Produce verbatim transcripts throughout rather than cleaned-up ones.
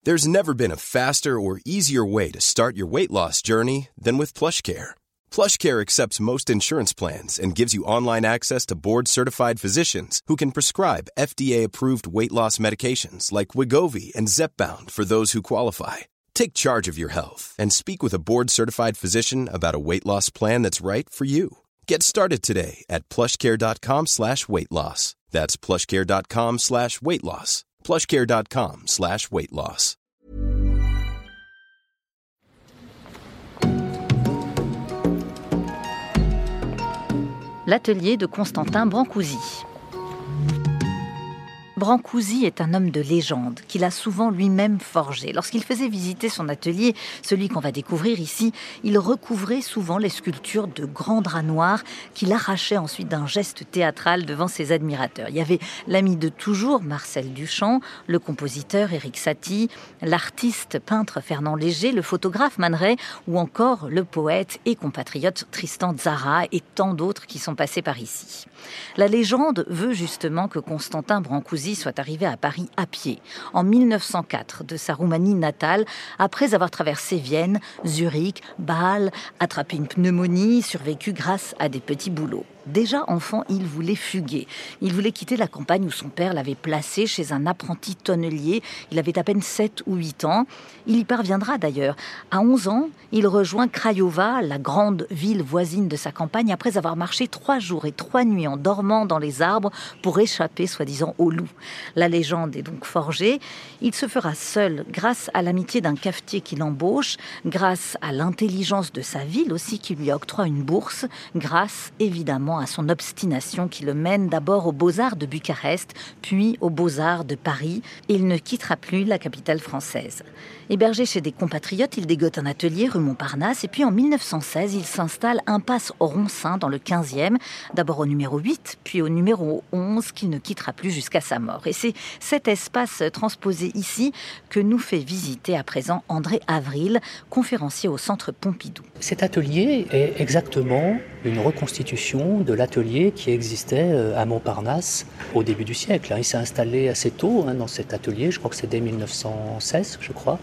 There's never been a faster or easier way to start your weight loss journey than with PlushCare. PlushCare accepts most insurance plans and gives you online access to board-certified physicians who can prescribe F D A-approved weight loss medications like Wegovy and Zepbound for those who qualify. Take charge of your health and speak with a board-certified physician about a weight loss plan that's right for you. Get started today at plushcare.com slash weight loss. That's plushcare.com slash weight loss. plushcare.com slash weight loss. L'atelier de Constantin Brancusi. Brancusi est un homme de légende qu'il a souvent lui-même forgé. Lorsqu'il faisait visiter son atelier, celui qu'on va découvrir ici, il recouvrait souvent les sculptures de grands draps noirs qu'il arrachait ensuite d'un geste théâtral devant ses admirateurs. Il y avait l'ami de toujours, Marcel Duchamp, le compositeur Éric Satie, l'artiste peintre Fernand Léger, le photographe Man Ray ou encore le poète et compatriote Tristan Tzara et tant d'autres qui sont passés par ici. La légende veut justement que Constantin Brancusi soit arrivé à Paris à pied en mille neuf cent quatre de sa Roumanie natale après avoir traversé Vienne, Zurich, Bâle, attrapé une pneumonie, survécu grâce à des petits boulots. Déjà enfant, il voulait fuguer. Il voulait quitter la campagne où son père l'avait placé chez un apprenti tonnelier. Il avait à peine sept ou huit ans. Il y parviendra d'ailleurs. À onze ans, il rejoint Craiova, la grande ville voisine de sa campagne, après avoir marché trois jours et trois nuits en dormant dans les arbres pour échapper, soi-disant, aux loups. La légende est donc forgée. Il se fera seul grâce à l'amitié d'un cafetier qui l'embauche, grâce à l'intelligence de sa ville aussi qui lui octroie une bourse, grâce évidemment à son obstination qui le mène d'abord aux Beaux-Arts de Bucarest, puis aux Beaux-Arts de Paris. Il ne quittera plus la capitale française. Hébergé chez des compatriotes, il dégote un atelier rue Montparnasse et puis en mille neuf cent seize, il s'installe impasse Ronsin dans le quinzième, d'abord au numéro huit, puis au numéro onze qu'il ne quittera plus jusqu'à sa mort. Et c'est cet espace transposé ici que nous fait visiter à présent André Avril, conférencier au Centre Pompidou. Cet atelier est exactement une reconstitution de l'atelier qui existait à Montparnasse au début du siècle. Il s'est installé assez tôt dans cet atelier, je crois que c'est dès mille neuf cent seize, je crois.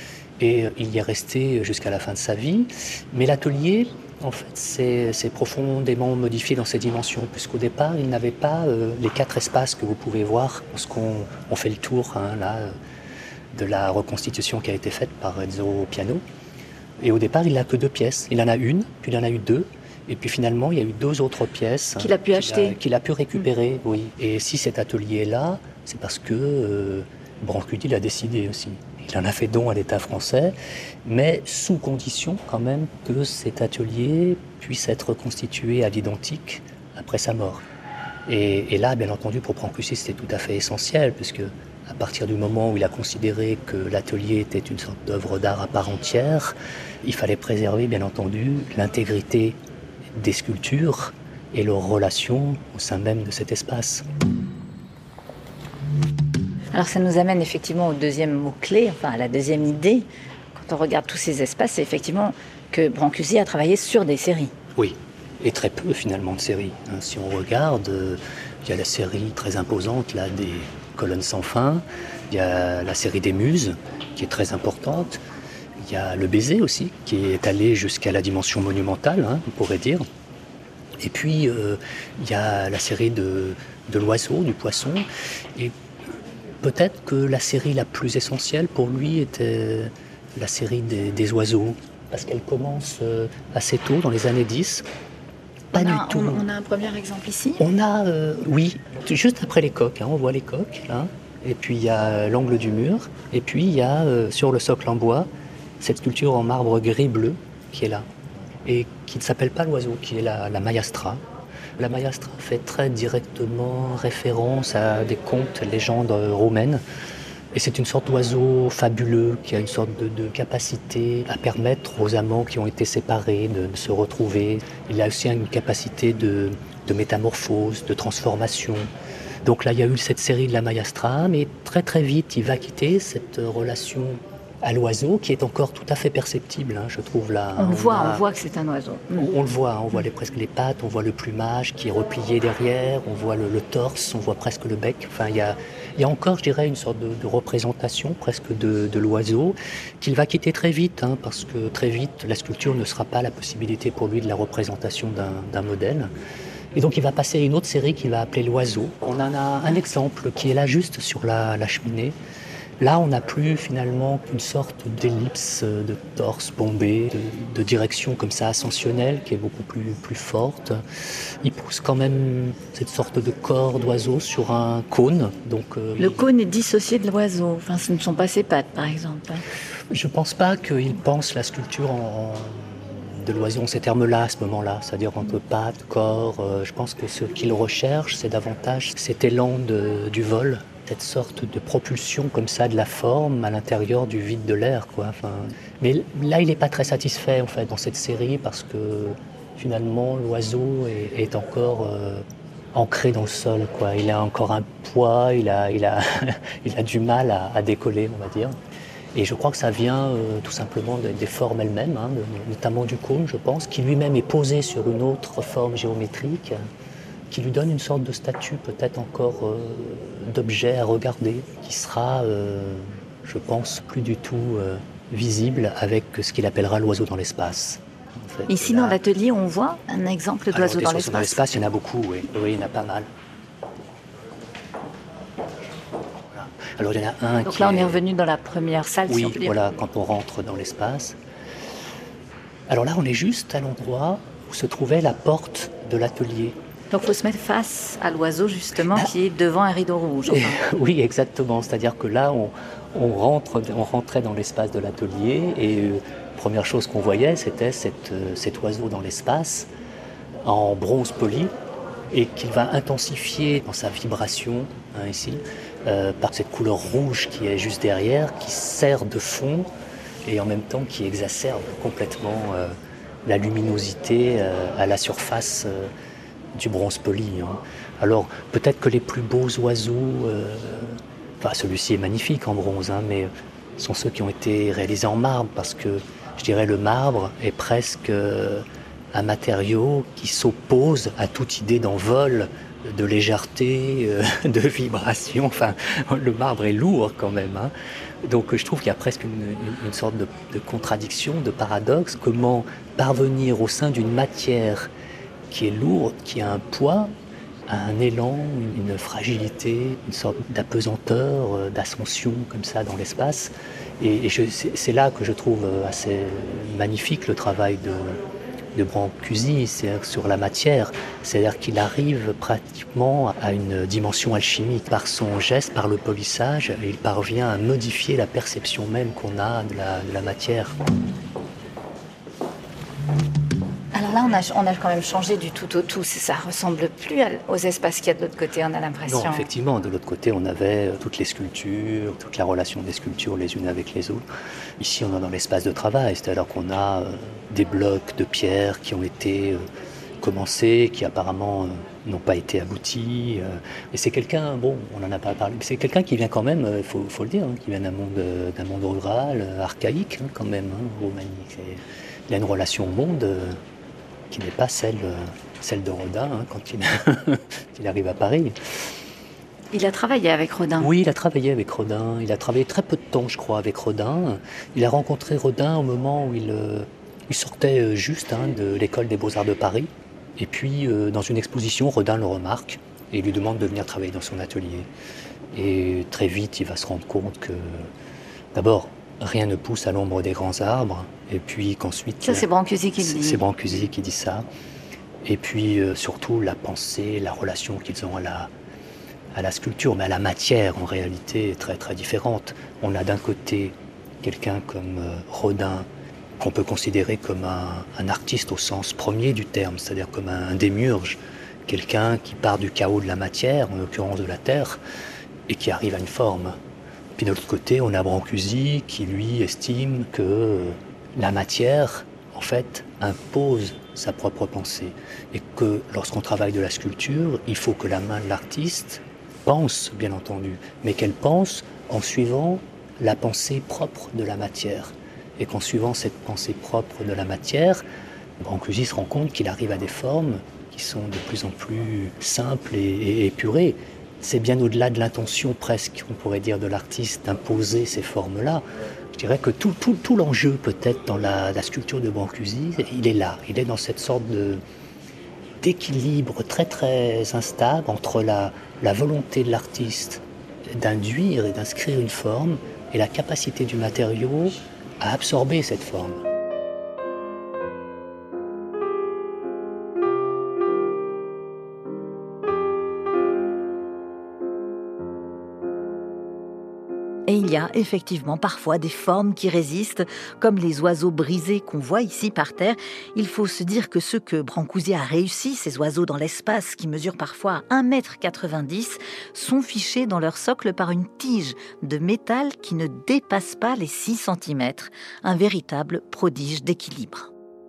Et il y est resté jusqu'à la fin de sa vie. Mais l'atelier, en fait, s'est, s'est profondément modifié dans ses dimensions, puisqu'au départ, il n'avait pas euh, les quatre espaces que vous pouvez voir lorsqu'on on fait le tour hein, là, de la reconstitution qui a été faite par Renzo Piano. Et au départ, il n'a que deux pièces. Il en a une, puis il en a eu deux. Et puis finalement, il y a eu deux autres pièces qu'il a pu qu'il acheter, a, qu'il a pu récupérer. Mmh. Oui. Et si cet atelier est là, c'est parce que euh, Brancusi l'a décidé aussi. Il en a fait don à l'État français, mais sous condition quand même que cet atelier puisse être constitué à l'identique après sa mort. Et, et là, bien entendu, pour Brancusi, c'était tout à fait essentiel, puisque à partir du moment où il a considéré que l'atelier était une sorte d'œuvre d'art à part entière, il fallait préserver, bien entendu, l'intégrité des sculptures et leur relation au sein même de cet espace. Alors ça nous amène effectivement au deuxième mot-clé, enfin à la deuxième idée, quand on regarde tous ces espaces, c'est effectivement que Brancusi a travaillé sur des séries. Oui, et très peu finalement de séries. Si on regarde, il y a la série très imposante là, des colonnes sans fin, il y a la série des Muses, qui est très importante, il y a le baiser aussi, qui est allé jusqu'à la dimension monumentale, hein, on pourrait dire. Et puis euh, il y a la série de, de l'oiseau, du poisson, et peut-être que la série la plus essentielle pour lui était la série des, des oiseaux, parce qu'elle commence assez tôt, dans les années dix. Pas on du a, tout. On, on a un premier exemple ici. On a, euh, oui, juste après les coques, hein, on voit les coques, là. Et puis il y a l'angle du mur, et puis il y a euh, sur le socle en bois, cette sculpture en marbre gris-bleu qui est là, et qui ne s'appelle pas l'oiseau, qui est la, la maillastra. La maillastra fait très directement référence à des contes, légendes roumaines. Et c'est une sorte d'oiseau fabuleux qui a une sorte de, de capacité à permettre aux amants qui ont été séparés de, de se retrouver. Il a aussi une capacité de, de métamorphose, de transformation. Donc là, il y a eu cette série de la maillastra, mais très très vite, il va quitter cette relation à l'oiseau, qui est encore tout à fait perceptible, hein, je trouve là. On, on le voit, a, on voit que c'est un oiseau. On, on le voit, on voit les, presque les pattes, on voit le plumage qui est replié derrière, on voit le, le torse, on voit presque le bec. Enfin, il y a, Il y a encore, je dirais, une sorte de, de représentation presque de, de l'oiseau qu'il va quitter très vite, hein, parce que très vite, la sculpture ne sera pas la possibilité pour lui de la représentation d'un, d'un modèle. Et donc il va passer à une autre série qu'il va appeler l'oiseau. On en a un exemple qui est là juste sur la, la cheminée. Là, on n'a plus finalement qu'une sorte d'ellipse de torse bombé, de, de direction comme ça ascensionnelle qui est beaucoup plus, plus forte. Il pousse quand même cette sorte de corps d'oiseau sur un cône. Donc, euh, Le cône est dissocié de l'oiseau. Enfin, ce ne sont pas ses pattes, par exemple. Je ne pense pas qu'il pense la sculpture en, de l'oiseau en ces termes-là, à ce moment-là. C'est-à-dire entre pattes, corps. Euh, je pense que ce qu'il recherche, c'est davantage cet élan de, du vol. Cette sorte de propulsion comme ça de la forme à l'intérieur du vide de l'air, quoi. Enfin, mais là, il n'est pas très satisfait en fait dans cette série parce que finalement l'oiseau est, est encore euh, ancré dans le sol, quoi. Il a encore un poids, il a, il a, il a du mal à, à décoller, on va dire. Et je crois que ça vient euh, tout simplement des, des formes elles-mêmes, hein, de, notamment du cône, je pense, qui lui-même est posé sur une autre forme géométrique, qui lui donne une sorte de statut peut-être encore euh, d'objet à regarder, qui sera, euh, je pense, plus du tout euh, visible avec ce qu'il appellera l'oiseau dans l'espace. En fait, Ici, là, dans l'atelier, on voit un exemple d'oiseau dans l'espace. Dans l'espace, il y en a beaucoup, oui. Oui, il y en a pas mal. Voilà. Alors, il y en a un Donc qui là, on est... est revenu dans la première salle, Oui, si on peut dire. voilà, quand on rentre dans l'espace. Alors là, on est juste à l'endroit où se trouvait la porte de l'atelier. Donc il faut se mettre face à l'oiseau, justement, ah. qui est devant un rideau rouge. Enfin. Oui, exactement. C'est-à-dire que là, on, on, rentre, on rentrait dans l'espace de l'atelier et euh, première chose qu'on voyait, c'était cette, euh, cet oiseau dans l'espace en bronze poli et qu'il va intensifier dans sa vibration, hein, ici, euh, par cette couleur rouge qui est juste derrière, qui sert de fond et en même temps qui exacerbe complètement euh, la luminosité euh, à la surface euh, du bronze poli. Hein. Alors, peut-être que les plus beaux oiseaux, euh, enfin celui-ci est magnifique en bronze, hein, mais sont ceux qui ont été réalisés en marbre, parce que, je dirais, le marbre est presque euh, un matériau qui s'oppose à toute idée d'envol, de légèreté, euh, de vibration. Enfin, le marbre est lourd quand même. Hein. Donc, je trouve qu'il y a presque une, une, une sorte de, de contradiction, de paradoxe. Comment parvenir au sein d'une matière qui est lourde, qui a un poids, un élan, une fragilité, une sorte d'apesanteur, d'ascension comme ça dans l'espace. Et, et je, c'est, c'est là que je trouve assez magnifique le travail de, de Brancusi, c'est-à-dire sur la matière. C'est-à-dire qu'il arrive pratiquement à une dimension alchimique. Par son geste, par le polissage, il parvient à modifier la perception même qu'on a de la, de la matière. Là, on a, on a quand même changé du tout au tout. Ça ne ressemble plus aux espaces qu'il y a de l'autre côté, on a l'impression. Non, effectivement, de l'autre côté, on avait toutes les sculptures, toute la relation des sculptures les unes avec les autres. Ici, on est dans l'espace de travail, c'est-à-dire qu'on a euh, des blocs de pierre qui ont été euh, commencés, qui apparemment euh, n'ont pas été aboutis. Euh, et c'est quelqu'un, bon, on n'en a pas parlé, mais c'est quelqu'un qui vient quand même, il faut, faut le dire, hein, qui vient d'un monde, euh, d'un monde rural, euh, archaïque hein, quand même, hein, Roumanie. C'est, il a une relation au monde euh, qui n'est pas celle, celle de Rodin hein, quand il, il arrive à Paris. Il a travaillé avec Rodin. Oui, il a travaillé avec Rodin. Il a travaillé très peu de temps, je crois, avec Rodin. Il a rencontré Rodin au moment où il, il sortait juste hein, de l'école des Beaux-Arts de Paris. Et puis, euh, dans une exposition, Rodin le remarque et lui demande de venir travailler dans son atelier. Et très vite, il va se rendre compte que, d'abord, rien ne pousse à l'ombre des grands arbres, et puis qu'ensuite... Ça, c'est Brancusi qui le dit. C'est Brancusi qui dit ça. Et puis, euh, surtout, la pensée, la relation qu'ils ont à la, à la sculpture, mais à la matière, en réalité, est très, très différente. On a d'un côté quelqu'un comme euh, Rodin, qu'on peut considérer comme un, un artiste au sens premier du terme, c'est-à-dire comme un, un démiurge, quelqu'un qui part du chaos de la matière, en l'occurrence de la terre, et qui arrive à une forme. Puis de l'autre côté, on a Brancusi qui, lui, estime que la matière, en fait, impose sa propre pensée. Et que lorsqu'on travaille de la sculpture, il faut que la main de l'artiste pense, bien entendu, mais qu'elle pense en suivant la pensée propre de la matière. Et qu'en suivant cette pensée propre de la matière, Brancusi se rend compte qu'il arrive à des formes qui sont de plus en plus simples et, et épurées. c'est bien au-delà de l'intention presque, on pourrait dire, de l'artiste d'imposer ces formes-là. Je dirais que tout, tout, tout l'enjeu peut-être dans la, la sculpture de Brancusi, il est là. Il est dans cette sorte de, d'équilibre très très instable entre la, la volonté de l'artiste d'induire et d'inscrire une forme et la capacité du matériau à absorber cette forme. Et il y a effectivement parfois des formes qui résistent, comme les oiseaux brisés qu'on voit ici par terre. Il faut se dire que ce que Brancusi a réussi, ces oiseaux dans l'espace qui mesurent parfois un mètre quatre-vingt-dix, sont fichés dans leur socle par une tige de métal qui ne dépasse pas les six centimètres. Un véritable prodige d'équilibre.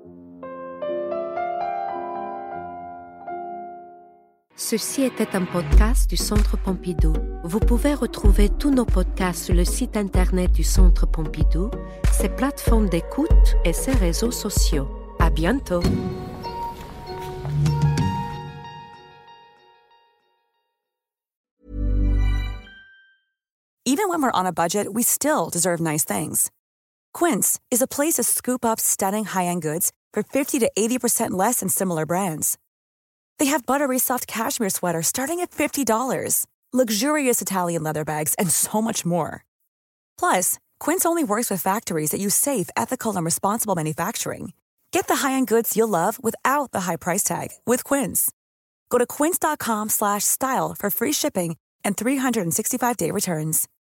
Ceci était un podcast du Centre Pompidou. Vous pouvez retrouver tous nos podcasts sur le site internet du Centre Pompidou, ses plateformes d'écoute et ses réseaux sociaux. À bientôt! Even when we're on a budget, we still deserve nice things. Quince is a place to scoop up stunning high-end goods for fifty to eighty percent less than similar brands. They have buttery soft cashmere sweaters starting at fifty dollars, luxurious Italian leather bags, and so much more. Plus, Quince only works with factories that use safe, ethical, and responsible manufacturing. Get the high-end goods you'll love without the high price tag with Quince. Go to quince dot com slash style for free shipping and three sixty-five day returns.